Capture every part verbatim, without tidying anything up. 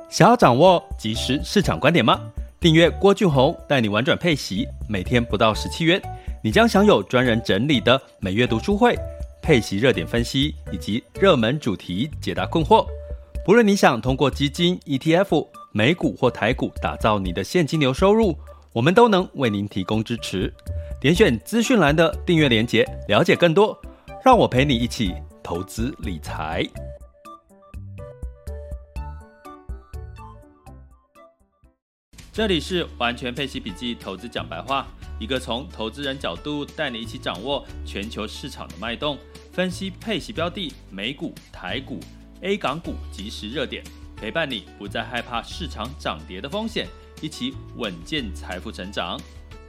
想要掌握即时市场观点吗？订阅郭俊宏带你玩转配息，每天不到十七元，你将享有专人整理的每月读书会、配息热点分析以及热门主题解答困惑。不论你想通过基金、E T F、美股或台股打造你的现金流收入，我们都能为您提供支持。点选资讯栏的订阅连结，了解更多。让我陪你一起投资理财。这里是完全配息笔记投资讲白话，一个从投资人角度带你一起掌握全球市场的脉动，分析配息标的、美股、台股、A 港股即时热点，陪伴你不再害怕市场涨跌的风险，一起稳健财富成长。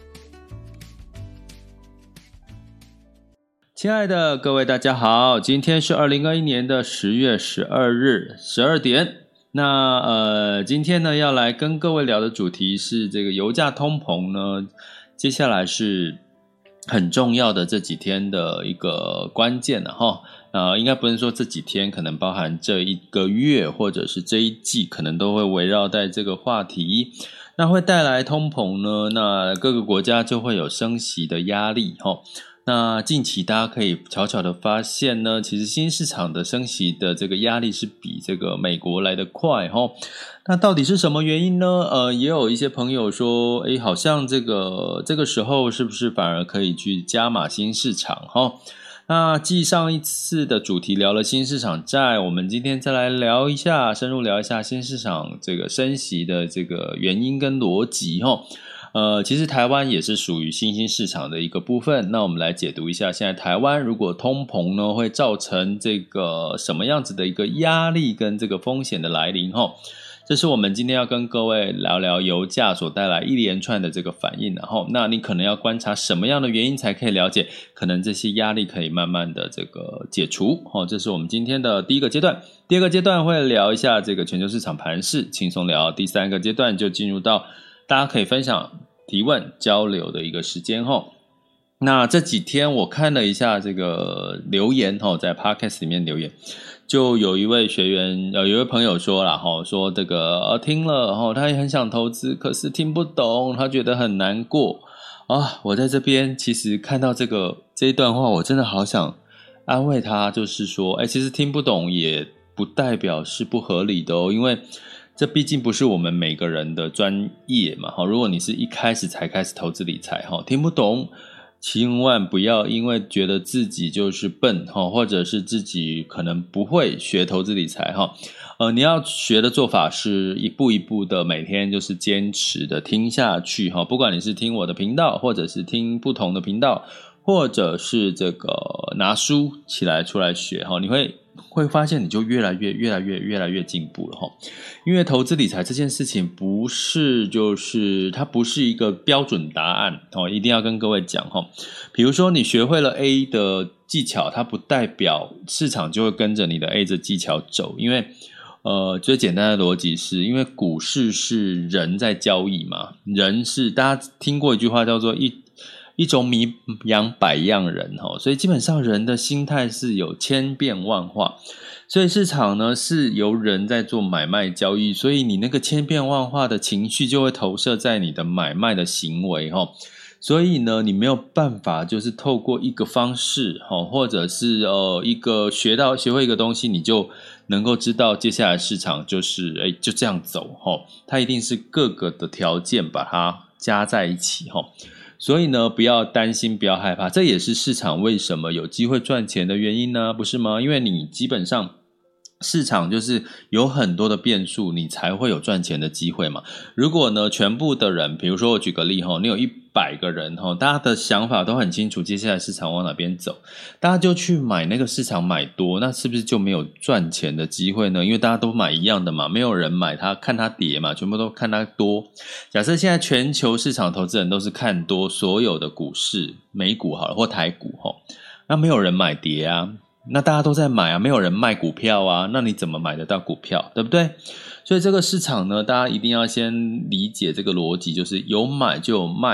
亲爱的各位大家好，今天是二零二一年的十月十二日十二点。那呃，今天呢要来跟各位聊的主题是这个油价通膨呢，接下来是很重要的这几天的一个关键了哈。呃，应该不是说这几天，可能包含这一个月或者是这一季，可能都会围绕在这个话题。那会带来通膨呢，那各个国家就会有升息的压力哈。那近期大家可以悄悄的发现呢，其实新市场的升息的这个压力是比这个美国来得快齁。那到底是什么原因呢？呃，也有一些朋友说，诶，好像这个这个时候是不是反而可以去加码新市场齁？那继上一次的主题聊了新市场债，我们今天再来聊一下，深入聊一下新市场这个升息的这个原因跟逻辑齁。呃，其实台湾也是属于新兴市场的一个部分。那我们来解读一下，现在台湾如果通膨呢，会造成这个什么样子的一个压力跟这个风险的来临齁。这是我们今天要跟各位聊聊油价所带来一连串的这个反应，然后那你可能要观察什么样的原因才可以了解，可能这些压力可以慢慢的这个解除齁。这是我们今天的第一个阶段。第二个阶段会聊一下这个全球市场盘势，轻松聊。第三个阶段就进入到大家可以分享、提问、交流的一个时间齁。那这几天我看了一下这个留言齁，在 Podcast 里面留言，就有一位学员，呃，有一位朋友说啦齁，说这个呃听了齁，他也很想投资，可是听不懂，他觉得很难过啊。我在这边其实看到这个这一段话，我真的好想安慰他，就是说，哎，其实听不懂也不代表是不合理的哦，因为这毕竟不是我们每个人的专业嘛，如果你是一开始才开始投资理财，听不懂，千万不要因为觉得自己就是笨，或者是自己可能不会学投资理财，呃，你要学的做法是一步一步的，每天就是坚持的听下去，不管你是听我的频道，或者是听不同的频道，或者是这个拿书起来出来学，你会会发现你就越来越越来越越来越进步了齁。因为投资理财这件事情不是就是它不是一个标准答案齁，一定要跟各位讲齁。比如说你学会了 A 的技巧，它不代表市场就会跟着你的 A 的技巧走，因为呃最简单的逻辑是因为股市是人在交易嘛，人是大家听过一句话叫做一一种米养百样人，所以基本上人的心态是有千变万化，所以市场呢是由人在做买卖交易，所以你那个千变万化的情绪就会投射在你的买卖的行为，所以呢你没有办法就是透过一个方式或者是呃一个学到学会一个东西，你就能够知道接下来市场就是诶就这样走，它一定是各个的条件把它加在一起。所以呢不要担心，不要害怕，这也是市场为什么有机会赚钱的原因呢，不是吗？因为你基本上市场就是有很多的变数，你才会有赚钱的机会嘛。如果呢全部的人，比如说我举个例，你有一百个人，大家的想法都很清楚接下来市场往哪边走，大家就去买那个市场买多，那是不是就没有赚钱的机会呢？因为大家都买一样的嘛，没有人买它看它跌嘛，全部都看它多。假设现在全球市场投资人都是看多所有的股市，美股好了或台股，那没有人买跌啊，那大家都在买啊，没有人卖股票啊，那你怎么买得到股票，对不对？所以这个市场呢，大家一定要先理解这个逻辑，就是有买就有卖，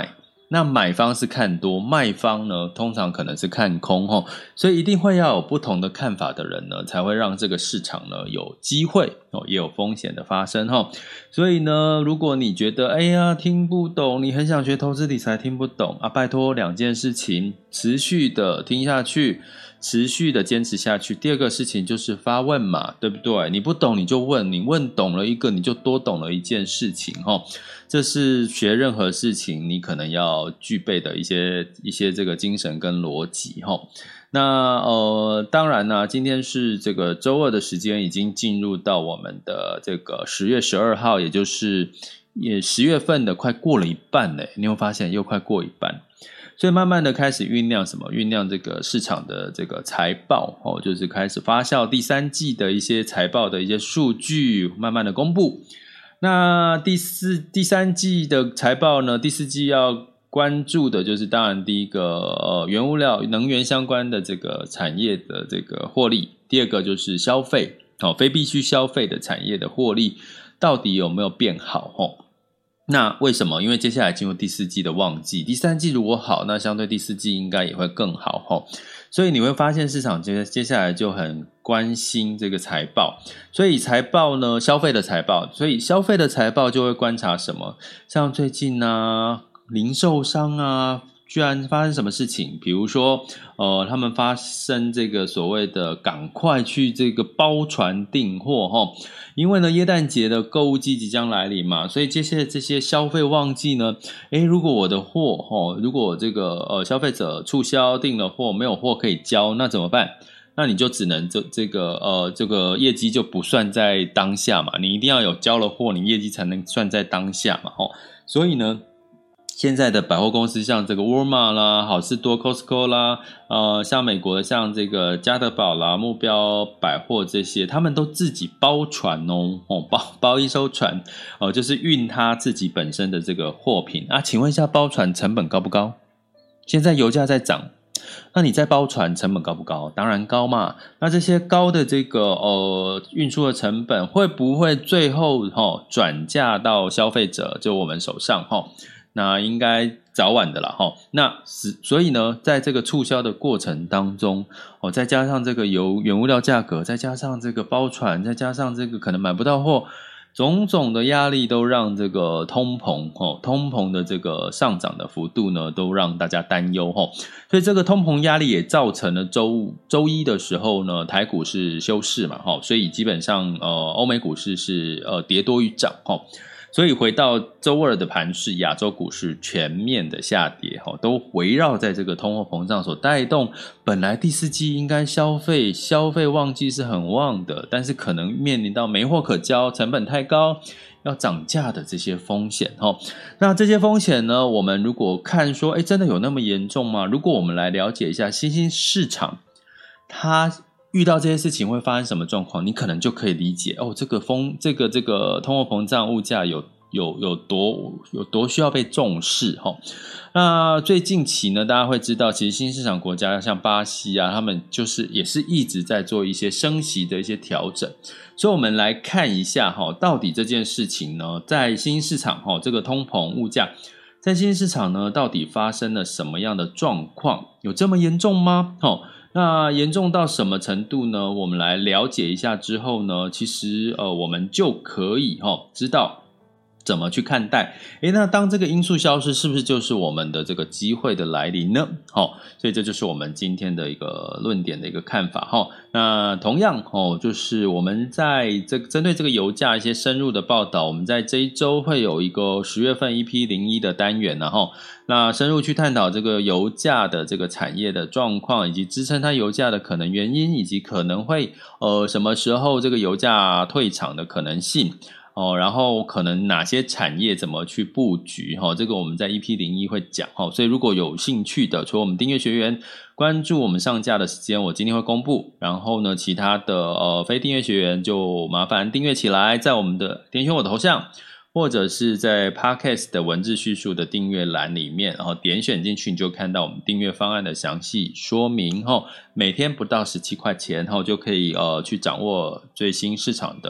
那买方是看多，卖方呢通常可能是看空齁，所以一定会要有不同的看法的人呢，才会让这个市场呢有机会哦，也有风险的发生齁。所以呢，如果你觉得哎呀听不懂，你很想学投资理财听不懂啊，拜托两件事情，持续的听下去，持续的坚持下去。第二个事情就是发问嘛，对不对？你不懂你就问，你问懂了一个，你就多懂了一件事情齁。这是学任何事情你可能要具备的一些一些这个精神跟逻辑齁。那呃，当然呢，今天是这个周二的时间，已经进入到我们的这个十月十二号，也就是也十月份的快过了一半嘞，你会发现又快过一半。所以慢慢的开始酝酿什么？酝酿这个市场的这个财报哦，就是开始发酵第三季的一些财报的一些数据，慢慢的公布。那第四、第三季的财报呢？第四季要关注的就是当然第一个呃原物料、能源相关的这个产业的这个获利，第二个就是消费哦，非必需消费的产业的获利到底有没有变好哦？那为什么？因为接下来进入第四季的旺季，第三季如果好，那相对第四季应该也会更好齁。所以你会发现市场接接下来就很关心这个财报，所以财报呢，消费的财报，所以消费的财报就会观察什么？像最近啊，零售商啊，居然发生什么事情？比如说，呃，他们发生这个所谓的赶快去这个包船订货齁。因为呢，耶诞节的购物季即将来临嘛，所以接下来这些消费旺季呢，诶，如果我的货齁，如果这个呃消费者促销订了货，没有货可以交，那怎么办？那你就只能这这个呃这个业绩就不算在当下嘛，你一定要有交了货，你业绩才能算在当下嘛齁。所以呢，现在的百货公司像这个沃尔玛啦、好事多 Costco 啦，呃，像美国的像这个家得宝啦、目标百货这些，他们都自己包船哦，哦包包一艘船哦，就是运他自己本身的这个货品啊。请问一下，包船成本高不高？现在油价在涨，那你在包船成本高不高？当然高嘛。那这些高的这个呃运输的成本，会不会最后哦转嫁到消费者就我们手上哈？那应该早晚的啦齁。那所以呢，在这个促销的过程当中哦，再加上这个油原物料价格，再加上这个包船，再加上这个可能买不到货，种种的压力都让这个通膨哦，通膨的这个上涨的幅度呢，都让大家担忧齁。所以这个通膨压力也造成了周周一的时候呢，台股是休市嘛齁，所以基本上呃欧美股市是呃跌多于涨齁。所以回到周二的盘势，亚洲股市全面的下跌，都围绕在这个通货膨胀所带动。本来第四季应该消费消费旺季是很旺的，但是可能面临到没货可交，成本太高，要涨价的这些风险。那这些风险呢，我们如果看说，诶，真的有那么严重吗？如果我们来了解一下新兴市场，它遇到这些事情会发生什么状况，你可能就可以理解哦，这个风这个这个通货膨胀物价有有有多有多需要被重视齁。那最近期呢，大家会知道，其实新市场国家像巴西啊，他们就是也是一直在做一些升息的一些调整。所以我们来看一下齁，到底这件事情呢，在新市场齁，这个通膨物价在新市场呢，到底发生了什么样的状况？有这么严重吗？齁。那严重到什么程度呢？我们来了解一下之后呢，其实呃，我们就可以齁、哦、知道怎么去看待。诶，那当这个因素消失，是不是就是我们的这个机会的来临呢？好、哦，所以这就是我们今天的一个论点的一个看法哈、哦。那同样哦，就是我们在这针对这个油价一些深入的报道，我们在这一周会有一个十月份 E P 零一 的单元，然后那深入去探讨这个油价的这个产业的状况，以及支撑它油价的可能原因，以及可能会呃什么时候这个油价退场的可能性。哦，然后可能哪些产业怎么去布局哈、哦，这个我们在 E P 零一 会讲哈、哦，所以如果有兴趣的，除了我们订阅学员关注我们上架的时间，我今天会公布，然后呢，其他的呃非订阅学员就麻烦订阅起来，在我们的点选我的头像，或者是在 Podcast 的文字叙述的订阅栏里面，然后点选进去，你就看到我们订阅方案的详细说明哈，每天不到十七块钱，然后就可以呃去掌握最新市场的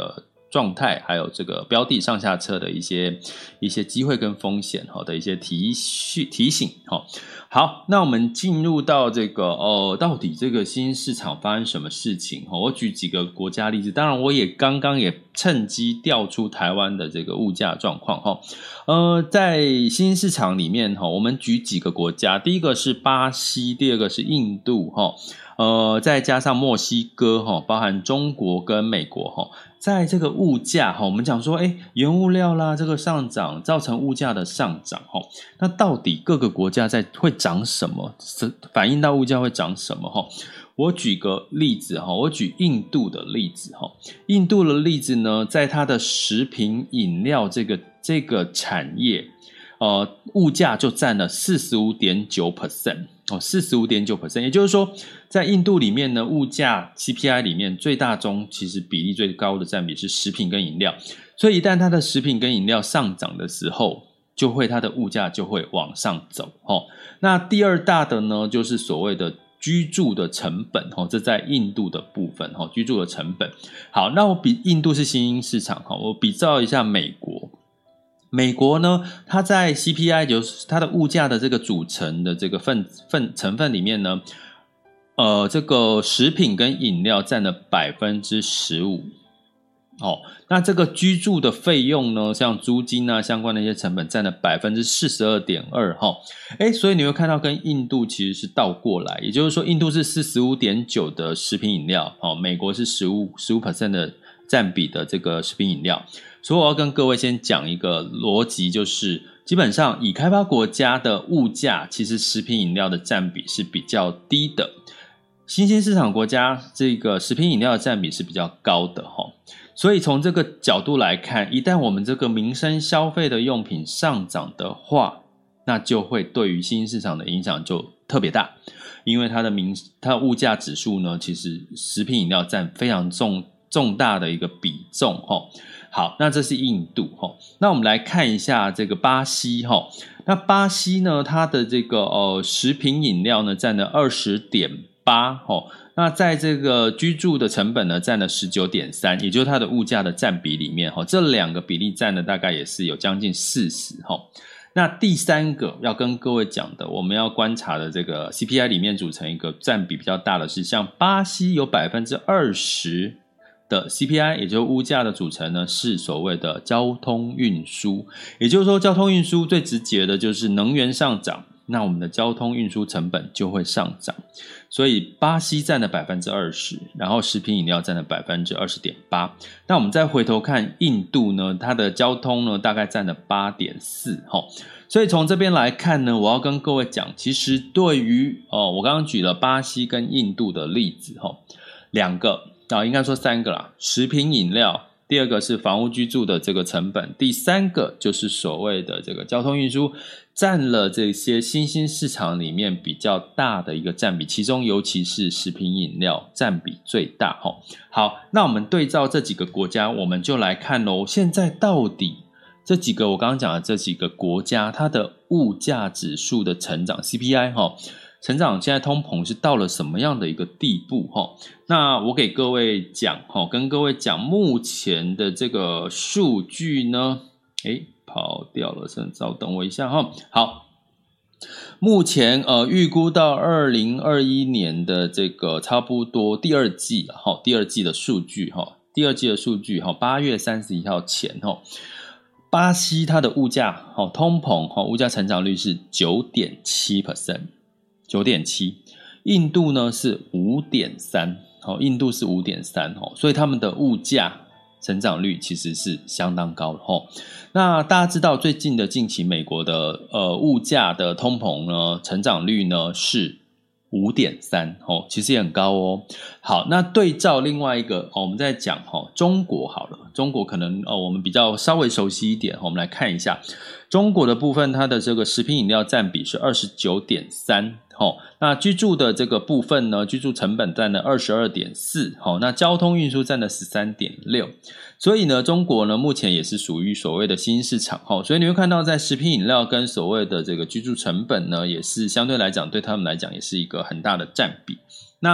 状态，还有这个标的上下车的一些一些机会跟风险的一些提示提醒。好，那我们进入到这个哦，到底这个新兴市场发生什么事情？我举几个国家例子，当然我也刚刚也趁机调出台湾的这个物价状况。呃，在新兴市场里面，我们举几个国家，第一个是巴西，第二个是印度，呃，再加上墨西哥，包含中国跟美国，在这个物价，我们讲说，诶，原物料啦，这个上涨造成物价的上涨，那到底各个国家在会涨什么？反映到物价会涨什么？我举个例子，我举印度的例子。印度的例子呢，在它的食品饮料这个这个产业，呃，物价就占了 百分之四十五点九 哦 百分之四十五点九 也就是说，在印度里面呢，物价 C P I 里面最大宗其实比例最高的占比是食品跟饮料，所以一旦它的食品跟饮料上涨的时候，就会它的物价就会往上走。那第二大的呢，就是所谓的居住的成本，这在印度的部分，居住的成本。好，那我比印度是新兴市场，我比照一下美国。美国呢，它在 C P I 就是它的物价的这个组成的这个份份成分里面呢，呃，这个食品跟饮料占了 百分之十五。哦，那这个居住的费用呢，像租金啊相关的一些成本占了 百分之四十二点二。齁，诶，所以你会看到跟印度其实是倒过来，也就是说印度是 四十五点九 的食品饮料，哦，美国是 百分之十五 的占比的这个食品饮料。所以我要跟各位先讲一个逻辑，就是基本上已开发国家的物价其实食品饮料的占比是比较低的，新兴市场国家这个食品饮料的占比是比较高的。所以从这个角度来看，一旦我们这个民生消费的用品上涨的话，那就会对于新兴市场的影响就特别大，因为它的民它的物价指数呢，其实食品饮料占非常重重大的一个比重。好，那这是印度。那我们来看一下这个巴西。那巴西呢，它的这个呃食品饮料呢占了 二十点八。那在这个居住的成本呢占了 十九点三， 也就是它的物价的占比里面，这两个比例占的大概也是有将近四十。那第三个要跟各位讲的，我们要观察的这个 C P I 里面组成一个占比比较大的是，像巴西有 百分之二十 的 C P I， 也就是物价的组成呢是所谓的交通运输，也就是说交通运输最直接的就是能源上涨，那我们的交通运输成本就会上涨，所以巴西占了 百分之二十， 然后食品饮料占了 百分之二十点八。 那我们再回头看印度呢，它的交通呢大概占了 八点四。 所以从这边来看呢，我要跟各位讲，其实对于哦，我刚刚举了巴西跟印度的例子，两个啊，应该说三个啦，食品饮料，第二个是房屋居住的这个成本，第三个就是所谓的这个交通运输，占了这些新兴市场里面比较大的一个占比，其中尤其是食品饮料占比最大。好，那我们对照这几个国家，我们就来看咯，现在到底这几个我刚刚讲的这几个国家，它的物价指数的成长 C P I 成长现在通膨是到了什么样的一个地步。那我给各位讲，跟各位讲目前的这个数据呢，诶跑掉了，稍等我一下。好，目前呃预估到二零二一年的这个差不多第二季，第二季的数据，第二季的数据八月三十一号前，巴西它的物价通膨物价成长率是 九点七 百分之九点七， 印度呢是 五点三， 印度是 五点三， 所以他们的物价成长率其实是相当高的。那大家知道最近的近期美国的呃物价的通膨呢成长率呢是 五点三， 其实也很高哦。好，那对照另外一个我们在讲中国好了，中国可能呃我们比较稍微熟悉一点，我们来看一下中国的部分，它的这个食品饮料占比是 二十九点三。哦，那居住的这个部分呢，居住成本占了 二十二点四， 哦，那交通运输占了 十三点六。 所以呢中国呢目前也是属于所谓的新兴市场。哦，所以你会看到在食品饮料跟所谓的这个居住成本呢，也是相对来讲对他们来讲也是一个很大的占比。那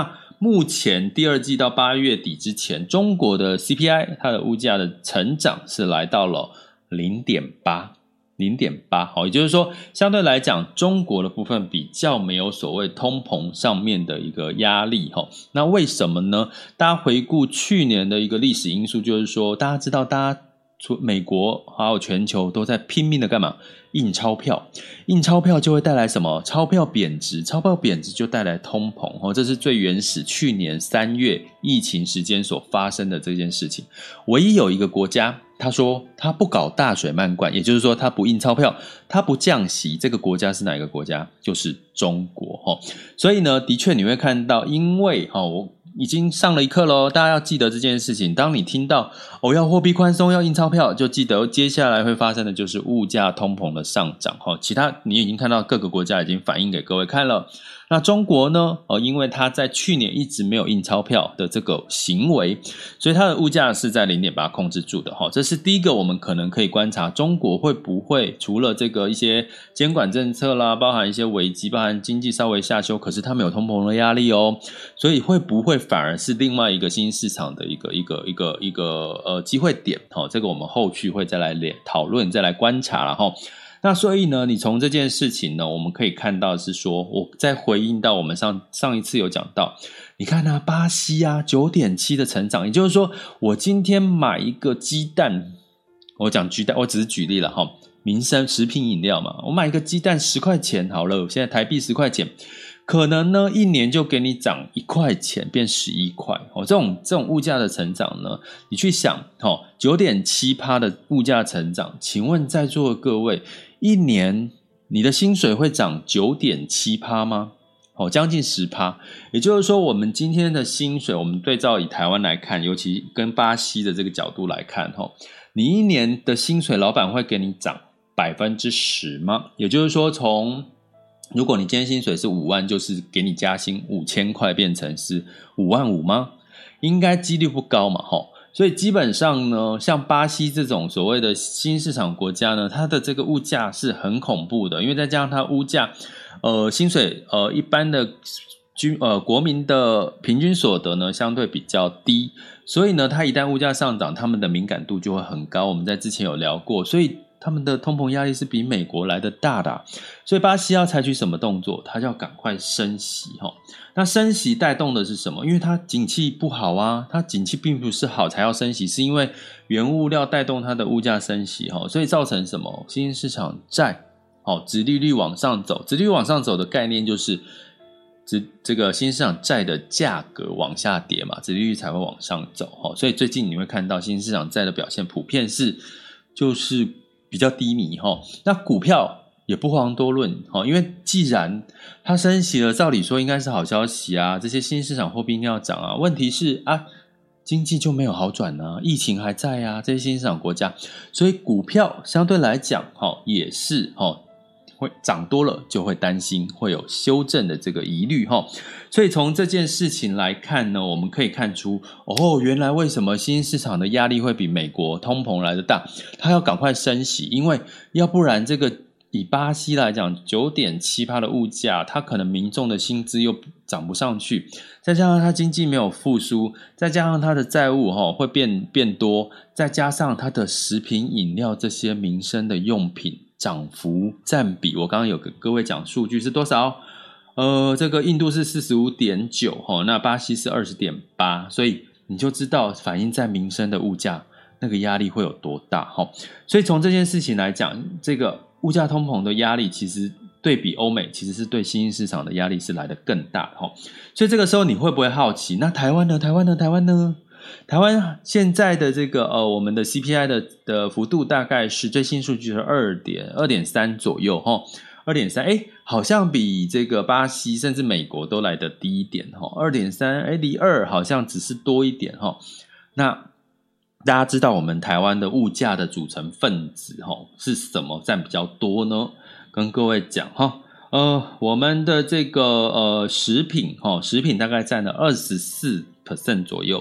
目前第二季到八月底之前，中国的 C P I 它的物价的成长是来到了 零点八。零点八， 好，也就是说相对来讲中国的部分比较没有所谓通膨上面的一个压力。那为什么呢？大家回顾去年的一个历史因素，就是说大家知道大家美国还有全球都在拼命的干嘛？印钞票，印钞票就会带来什么？钞票贬值，钞票贬值就带来通膨，哦，这是最原始去年三月疫情时间所发生的这件事情。唯一有一个国家他说他不搞大水漫灌，也就是说他不印钞票，他不降息，这个国家是哪一个国家？就是中国。哦，所以呢的确你会看到，因为哦我已经上了一课咯，大家要记得这件事情。当你听到哦要货币宽松要印钞票，就记得接下来会发生的就是物价通膨的上涨。哦，其他你已经看到各个国家已经反映给各位看了。那中国呢，哦，因为它在去年一直没有印钞票的这个行为，所以它的物价是在 零点八 控制住的。哦，这是第一个我们可能可以观察中国会不会除了这个一些监管政策啦，包含一些危机，包含经济稍微下修，可是它没有通膨的压力哦，所以会不会反而是另外一个新市场的一个一个一个一个呃机会点。哦，这个我们后续会再来讨论再来观察啦。齁。那所以呢，你从这件事情呢，我们可以看到是说，我在回应到我们上上一次有讲到，你看啊，巴西啊 九点七 的成长，也就是说，我今天买一个鸡蛋，我讲鸡蛋，我只是举例了哈，民生食品饮料嘛，我买一个鸡蛋十块钱好了，现在台币十块钱。可能呢，一年就给你涨一块钱，变十一块。哦，这种这种物价的成长呢，你去想，哦 九点七 的物价成长，请问在座的各位，一年你的薪水会涨 九点七 吗？哦，将近 百分之十。也就是说，我们今天的薪水，我们对照以台湾来看，尤其跟巴西的这个角度来看，哦，你一年的薪水，老板会给你涨 百分之十 吗？也就是说，从如果你今天薪水是五万，就是给你加薪五千块变成是五万五吗？应该几率不高嘛，齁。所以基本上呢，像巴西这种所谓的新市场国家呢，它的这个物价是很恐怖的，因为再加上它物价，呃，薪水呃一般的居呃国民的平均所得呢相对比较低，所以呢，它一旦物价上涨，他们的敏感度就会很高。我们在之前有聊过，所以他们的通膨压力是比美国来的大的。啊，所以巴西要采取什么动作？它要赶快升息。齁。那升息带动的是什么？因为它景气不好啊，它景气并不是好才要升息，是因为原物料带动它的物价升息。齁。所以造成什么？新兴市场债，齁，殖利率往上走，殖利率往上走的概念就是这这个新兴市场债的价格往下跌嘛，殖利率才会往上走。齁。所以最近你会看到新兴市场债的表现普遍是就是比较低迷。齁。那股票也不遑多论，因为既然它升息了，照理说应该是好消息啊，这些新市场货币应该要涨啊。问题是啊，经济就没有好转啊，疫情还在啊，这些新市场国家，所以股票相对来讲也是会涨多了就会担心会有修正的这个疑虑。所以从这件事情来看呢，我们可以看出哦，原来为什么新市场的压力会比美国通膨来的大，它要赶快升息，因为要不然这个以巴西来讲 九点七 的物价，它可能民众的薪资又涨不上去，再加上它经济没有复苏，再加上它的债务会变变多，再加上它的食品饮料这些民生的用品涨幅占比，我刚刚有跟各位讲数据是多少？呃，这个印度是 四十五点九， 那巴西是 二十点八， 所以你就知道反映在民生的物价那个压力会有多大。所以从这件事情来讲，这个物价通膨的压力其实对比欧美，其实是对新兴市场的压力是来得更大。所以这个时候你会不会好奇，那台湾呢？台湾呢？台湾呢？台湾现在的这个呃，我们的 C P I 的的幅度大概是最新数据是 二点三 左右齁 二点三 诶好像比这个巴西甚至美国都来得低一点齁 二点三 诶离二好像只是多一点齁。那大家知道我们台湾的物价的组成分子齁是什么占比较多呢？跟各位讲齁呃，我们的这个呃食品齁食品大概占了 百分之二十四 左右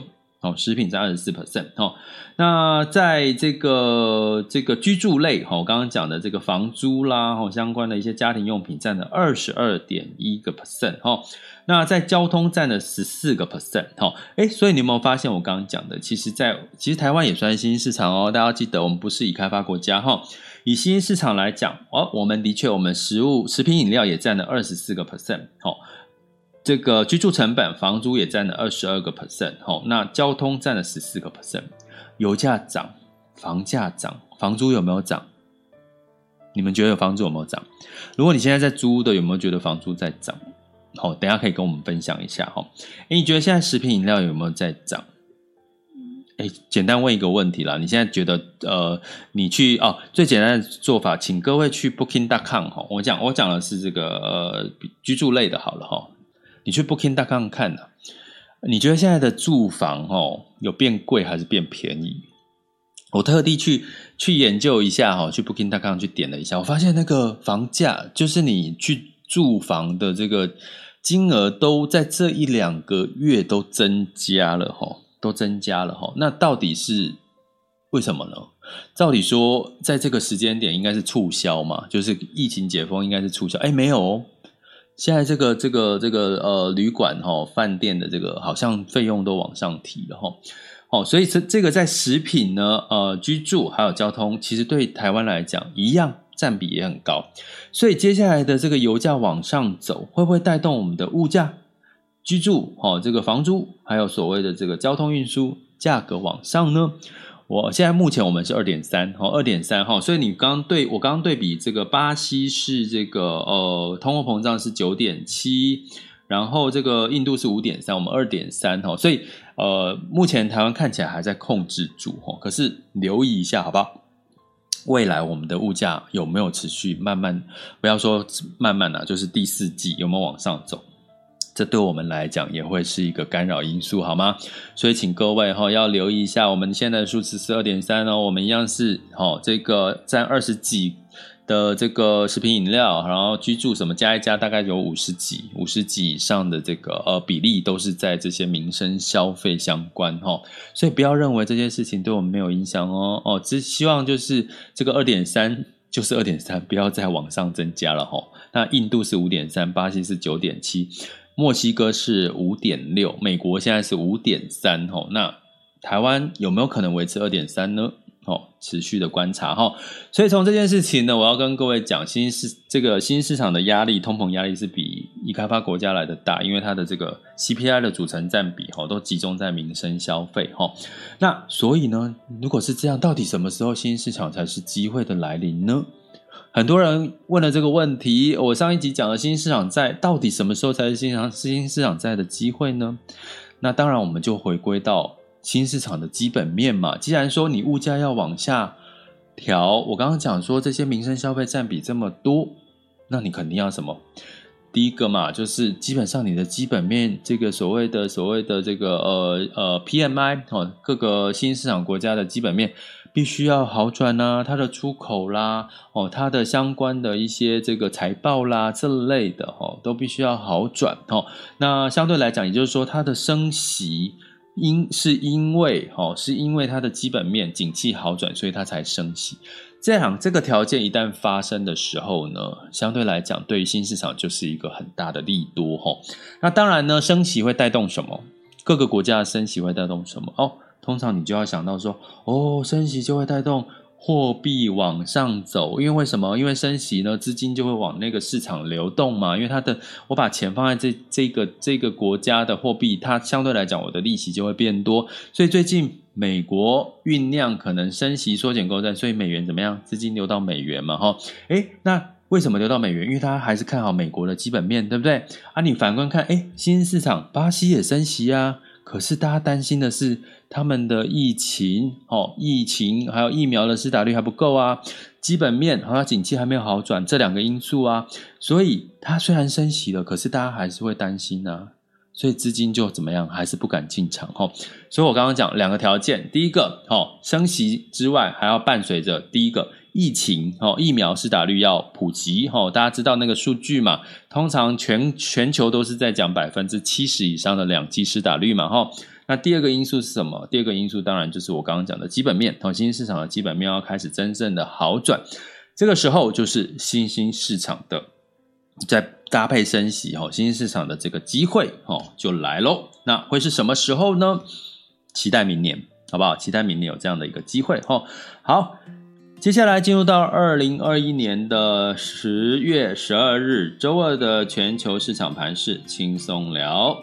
哦，食品占 百分之二十四 哦。那在这个这个居住类哦，我刚刚讲的这个房租啦哦，相关的一些家庭用品占了 百分之二十二点一 哦。那在交通占了 百分之十四 哦。诶，所以你有没有发现我刚刚讲的，其实在其实台湾也算是新兴市场哦，大家记得我们不是已开发国家哈、哦。以新兴市场来讲哦，我们的确我们食物食品饮料也占了 百分之二十四 哦。这个居住成本房租也占了 百分之二十二、哦、那交通占了 百分之十四， 油价涨房价涨房租有没有涨？你们觉得房租有没有涨？如果你现在在租的有没有觉得房租在涨？好，等一下可以跟我们分享一下哈。诶，你觉得现在食品饮料有没有在涨？诶，简单问一个问题啦，你现在觉得呃，你去哦，最简单的做法，请各位去 booking dot com 哈，我讲我讲的是这个呃居住类的，好了哈。你去 booking dot com 看啊，你觉得现在的住房哦有变贵还是变便宜？我特地去去研究一下哈，去 booking dot com 去点了一下，我发现那个房价就是你去住房的这个金额都在这一两个月都增加了哈，都增加了哈。那到底是为什么呢？照理说在这个时间点应该是促销嘛，就是疫情解封应该是促销，诶没有哦。现在这个这个这个呃旅馆哈、哦、饭店的这个好像费用都往上提了哈、哦，哦，所以这这个在食品呢呃居住还有交通，其实对台湾来讲一样占比也很高，所以接下来的这个油价往上走，会不会带动我们的物价、居住哦这个房租，还有所谓的这个交通运输价格往上呢？我现在目前我们是 二点三 哦 二点三 所以你刚刚对我刚刚对比这个巴西是这个呃通货膨胀是 九点七， 然后这个印度是 五点三， 我们 二点三 所以呃目前台湾看起来还在控制住，可是留意一下好不好？未来我们的物价有没有持续慢慢，不要说慢慢啦，就是第四季有没有往上走？这对我们来讲也会是一个干扰因素，好吗？所以请各位、哦、要留意一下，我们现在的数字是 二点三 哦，我们一样是、哦、这个占二十几的这个食品饮料，然后居住什么加一加大概有五十几五十几以上的这个呃比例都是在这些民生消费相关、哦、所以不要认为这件事情对我们没有影响哦哦，只希望就是这个 二点三 就是 二点三 不要再往上增加了、哦、那印度是 五点三， 巴西是 九点七，墨西哥是 五点六， 美国现在是 五点三、哦、那台湾有没有可能维持 二点三 呢？哦，持续的观察哈、哦，所以从这件事情呢，我要跟各位讲，新市这个新市场的压力，通膨压力是比已开发国家来的大，因为它的这个 C P I 的组成占比哈、哦，都集中在民生消费哈、哦。那所以呢，如果是这样，到底什么时候新市场才是机会的来临呢？很多人问了这个问题，我上一集讲的新市场在，到底什么时候才是新市场新市场在的机会呢？那当然，我们就回归到新市场的基本面嘛。既然说你物价要往下调，我刚刚讲说这些民生消费占比这么多，那你肯定要什么？第一个嘛，就是基本上你的基本面，这个所谓的所谓的这个呃呃 P M I 哦，各个新市场国家的基本面必须要好转啊，它的出口啦，哦，它的相关的一些这个财报啦这类的哦，都必须要好转哦。那相对来讲，也就是说它的升息因是因为哦，是因为它的基本面景气好转，所以它才升息。这样这个条件一旦发生的时候呢，相对来讲对于新市场就是一个很大的利多齁。那当然呢，升息会带动什么？各个国家的升息会带动什么？哦，通常你就要想到说，哦，升息就会带动货币往上走，因为为什么？因为升息呢，资金就会往那个市场流动嘛。因为它的，我把钱放在这这个这个国家的货币，它相对来讲我的利息就会变多。所以最近美国酝酿可能升息缩减购债，所以美元怎么样？资金流到美元嘛，哈。诶，那为什么流到美元？因为他还是看好美国的基本面，对不对？啊，你反观看，诶，新兴市场巴西也升息啊。可是大家担心的是他们的疫情哦，疫情还有疫苗的施打率还不够啊，基本面还有景气还没有好转，这两个因素啊，所以它虽然升息了，可是大家还是会担心啊，所以资金就怎么样，还是不敢进场哦。所以我刚刚讲两个条件，第一个哦，升息之外还要伴随着第一个疫情哦，疫苗施打率要普及哦，大家知道那个数据嘛？通常全全球都是在讲百分之七十以上的两剂施打率嘛哈。 那第二个因素是什么？第二个因素当然就是我刚刚讲的基本面，新兴市场的基本面要开始真正的好转，这个时候就是新兴市场的在搭配升息，新兴市场的这个机会就来咯。那会是什么时候呢？期待明年，好不好？期待明年有这样的一个机会。好，接下来进入到二零二一年的十月十二日周二的全球市场盘势轻松聊。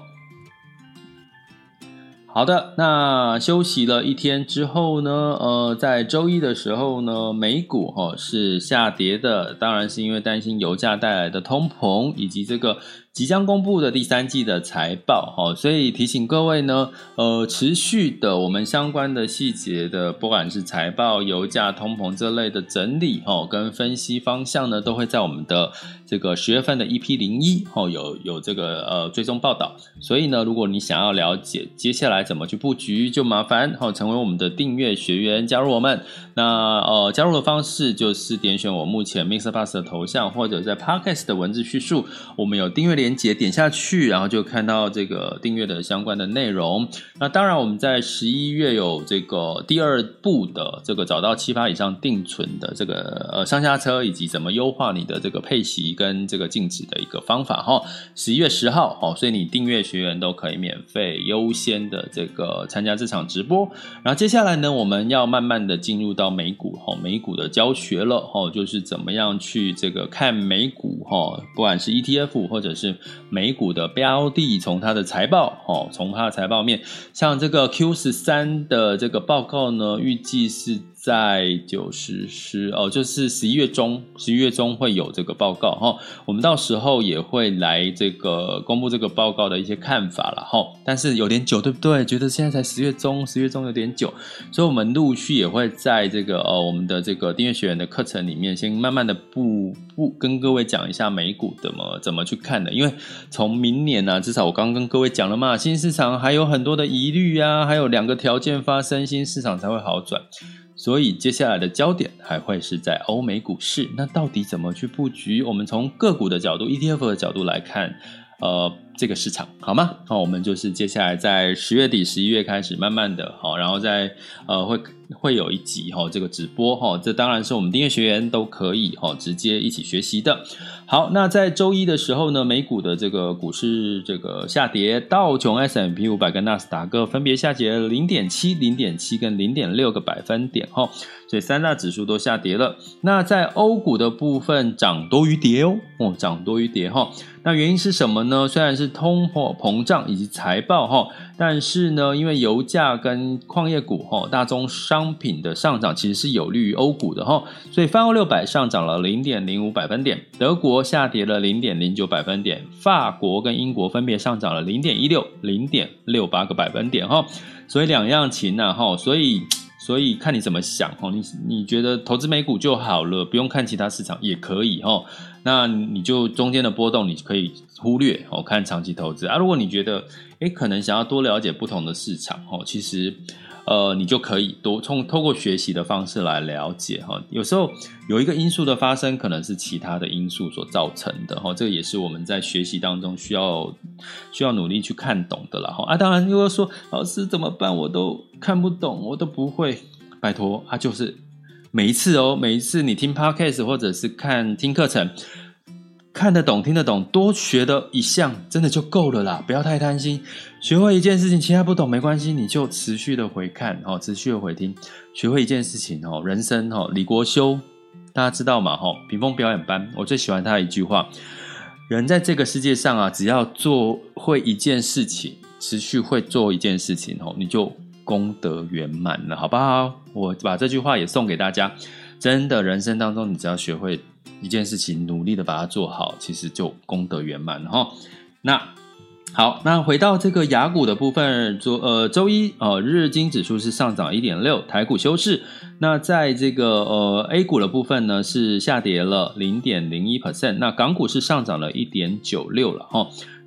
好的，那休息了一天之后呢，呃，在周一的时候呢，美股、哦、是下跌的，当然是因为担心油价带来的通膨，以及这个即将公布的第三季的财报、哦、所以提醒各位呢，呃，持续的我们相关的细节的，不管是财报、油价、通膨这类的整理、哦、跟分析方向呢，都会在我们的这个十月份的 E P 零一、哦、有有这个呃追踪报道，所以呢，如果你想要了解接下来怎么去布局，就麻烦、哦、成为我们的订阅学员，加入我们。那呃，加入的方式就是点选我目前 MixerBox 的头像，或者在 Podcast 的文字叙述，我们有订阅连结，点下去，然后就看到这个订阅的相关的内容。那当然，我们在十一月有这个第二步的这个找到七趴以上定存的这个呃上下车，以及怎么优化你的这个配息跟这个净值的一个方法哈。十一月十号哦，所以你订阅学员都可以免费优先的这个参加这场直播。然后接下来呢，我们要慢慢的进入到美股哈，美股的教学了哈，就是怎么样去这个看美股哈，不管是 E T F 或者是美股的标的，从它的财报哦，从它的财报面，像这个 Q 十三 的这个报告呢，预计是在九十十哦，就是十一月中，十一月中会有这个报告哈、哦，我们到时候也会来这个公布这个报告的一些看法啦哈、哦，但是有点久，对不对？觉得现在才十月中，十月中有点久，所以我们陆续也会在这个呃、哦、我们的这个订阅学员的课程里面，先慢慢的步步跟各位讲一下美股怎么怎么去看的，因为从明年啊，至少我刚刚跟各位讲了嘛，新市场还有很多的疑虑啊，还有两个条件发生，新市场才会好转。所以接下来的焦点还会是在欧美股市，那到底怎么去布局？我们从个股的角度 E T F 的角度来看呃，这个市场好吗？好，我们就是接下来在十月底十一月开始慢慢的好，然后再呃会会有一集齁这个直播齁，这当然是我们订阅学员都可以齁直接一起学习的。好，那在周一的时候呢，美股的这个股市这个下跌，道琼 S and P 五百 跟纳斯达克分别下跌 零点七、零点七 跟 零点六 个百分点齁，所以三大指数都下跌了。那在欧股的部分涨多于跌哦，哦涨多于跌齁。那原因是什么呢？虽然是通货膨胀以及财报齁，但是呢，因为油价跟矿业股齁，大宗商品的上涨其实是有利于欧股的齁，所以泛欧六百上涨了 零点零五 百分点，德国下跌了 零点零九 百分点，法国跟英国分别上涨了 零点一六、零点六八 个百分点齁，所以两样情啊齁，所以所以看你怎么想齁，你你觉得投资美股就好了，不用看其他市场也可以齁，那你就中间的波动你可以忽略齁，看长期投资啊。如果你觉得诶可能想要多了解不同的市场齁，其实呃，你就可以多从透过学习的方式来了解哈。有时候有一个因素的发生，可能是其他的因素所造成的哈。这个也是我们在学习当中需要需要努力去看懂的啦哈。啊，当然如果说老师怎么办，我都看不懂，我都不会，拜托啊，就是每一次哦，每一次你听 podcast 或者是看听课程。看得懂听得懂，多学的一项真的就够了啦，不要太贪心。学会一件事情，其他不懂没关系，你就持续的回看、哦、持续的回听。学会一件事情、哦、人生、哦、李国修大家知道嘛、哦、屏风表演班，我最喜欢他的一句话，人在这个世界上啊，只要做会一件事情，持续会做一件事情、哦、你就功德圆满了，好不好？我把这句话也送给大家，真的人生当中你只要学会一件事情，努力的把它做好，其实就功德圆满了齁。那好，那回到这个亚股的部分，周呃周一呃日经指数是上涨 一点六， 台股休市。那在这个呃 A 股的部分呢是下跌了 零点零一 百分点， 那港股是上涨了 一点九六 了齁。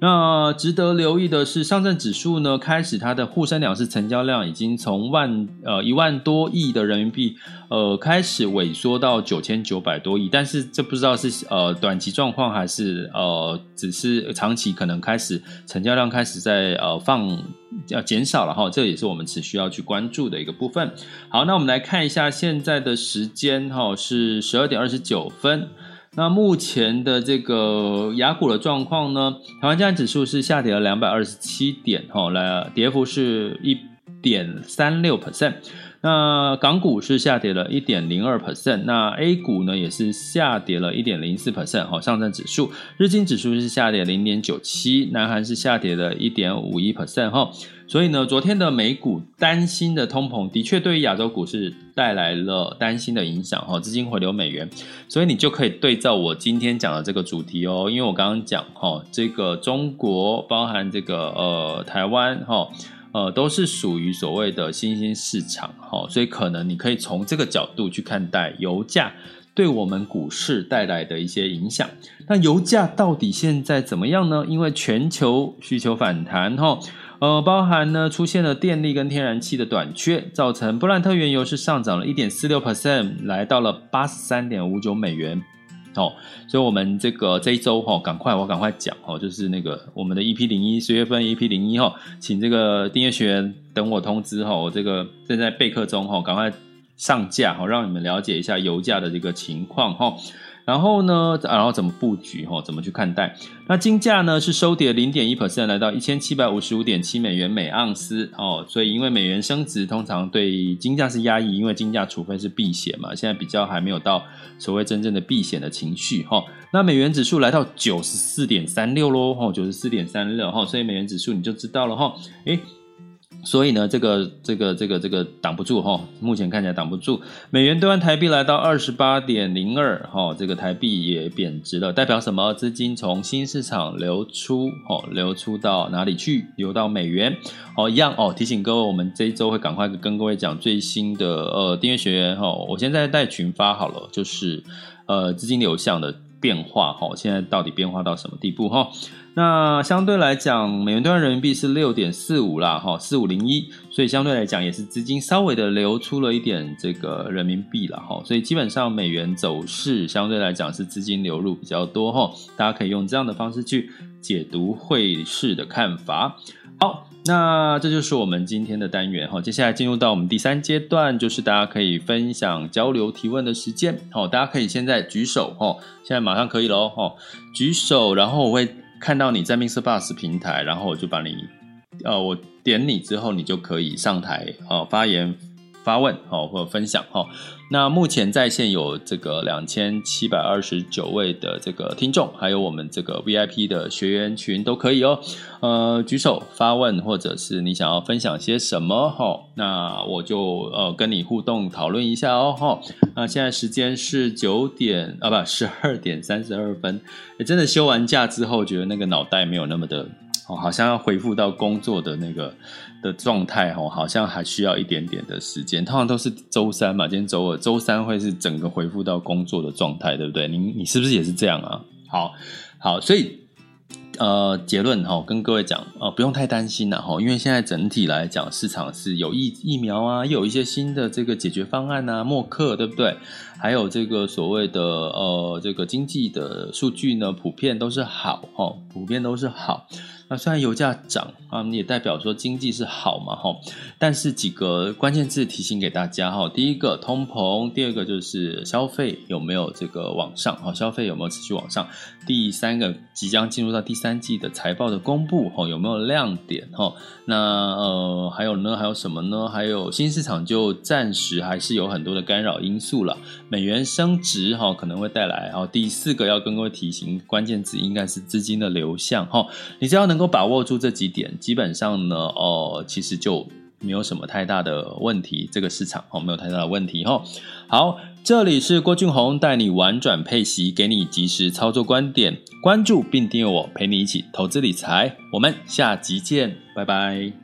那值得留意的是，上证指数呢，开始它的沪深两市成交量已经从万呃一万多亿的人民币，呃开始萎缩到九千九百多亿，但是这不知道是呃短期状况还是呃只是长期可能开始成交量开始在呃放要减少了哈，这也是我们持续要去关注的一个部分。好，那我们来看一下现在的时间哈，是十二点二十九分。那目前的这个雅股的状况呢，台湾加权指数是下跌了两百二十七点，来跌幅是 百分之一点三六。那港股是下跌了 百分之一点零二， 那 A 股呢也是下跌了 百分之一点零四， 上证指数，日经指数是下跌 零点九七， 南韩是下跌了 百分之一点五一。所以呢，昨天的美股担心的通膨的确对于亚洲股市带来了担心的影响，资金回流美元，所以你就可以对照我今天讲的这个主题哦，因为我刚刚讲这个中国包含这个呃台湾呃都是属于所谓的新兴市场，所以可能你可以从这个角度去看待油价对我们股市带来的一些影响。那油价到底现在怎么样呢？因为全球需求反弹呃，包含呢出现了电力跟天然气的短缺，造成布兰特原油是上涨了 百分之一点四六， 来到了 八十三点五九美元。哦，所以我们这个这一周哈、哦，赶快我赶快讲哦，就是那个我们的 E P 零一 十月份 E P 零一 哈，请这个订阅学员等我通知哈、哦，我这个正在备课中哈、哦，赶快上架哈、哦，让你们了解一下油价的这个情况哈、哦。然后呢，然后怎么布局、哦、怎么去看待。那金价呢是收跌 零点一 来到 一千七百五十五点七美元每盎司、哦、所以因为美元升值通常对金价是压抑，因为金价除非是避险嘛，现在比较还没有到所谓真正的避险的情绪、哦、那美元指数来到 九十四点三六 咯、哦、九十四点三六、哦、所以美元指数你就知道了、哦、诶所以呢，这个这个这个这个挡不住哈，目前看起来挡不住。美元兑换台币来到 二十八点零二 哈，这个台币也贬值了，代表什么？资金从新市场流出哦，流出到哪里去？流到美元哦，一样哦。提醒各位，我们这一周会赶快跟各位讲最新的呃订阅学员哈，我现在带群发好了，就是呃资金流向的变化哈，现在到底变化到什么地步哈？那相对来讲，美元兑换人民币是 六点四五 啦齁四五零一，所以相对来讲也是资金稍微的流出了一点这个人民币啦齁所以基本上美元走势相对来讲是资金流入比较多齁大家可以用这样的方式去解读汇市的看法。好，那这就是我们今天的单元齁接下来进入到我们第三阶段，就是大家可以分享交流提问的时间齁大家可以现在举手齁现在马上可以咯齁举手，然后我会看到你在 MixerBox 平台，然后我就把你呃，我点你之后你就可以上台、呃、发言发问、呃、或者分享、呃、那目前在线有这个两千七百二十九位的这个听众，还有我们这个 V I P 的学员群都可以哦。呃，举手发问，或者是你想要分享些什么、哦、那我就呃跟你互动讨论一下哦。哦那现在时间是九点啊不十二点三十二分，真的休完假之后，觉得那个脑袋没有那么的。哦、好像要恢复到工作的那个的状态、哦、好像还需要一点点的时间。通常都是周三嘛，今天周二，周三会是整个恢复到工作的状态，对不对？你你是不是也是这样啊？好，好，所以呃，结论哈、哦，跟各位讲呃，不用太担心啦哈、哦，因为现在整体来讲，市场是有疫疫苗啊，又有一些新的这个解决方案啊，默克对不对？还有这个所谓的呃这个经济的数据呢，普遍都是好哈、哦，普遍都是好。那虽然油价涨啊，也代表说经济是好嘛齁，但是几个关键字提醒给大家齁，第一个通膨，第二个就是消费有没有这个往上齁，消费有没有持续往上，第三个即将进入到第三季的财报的公布齁，有没有亮点齁，那呃还有呢还有什么呢？还有新市场就暂时还是有很多的干扰因素啦，美元升值齁可能会带来齁，第四个要跟各位提醒关键字应该是资金的流向齁，你只要能够把握住这几点，基本上呢，哦，其实就没有什么太大的问题，这个市场哦，没有太大的问题哈、哦。好，这里是郭俊宏带你玩转配息，给你及时操作观点，关注并订阅我，陪你一起投资理财。我们下集见，拜拜。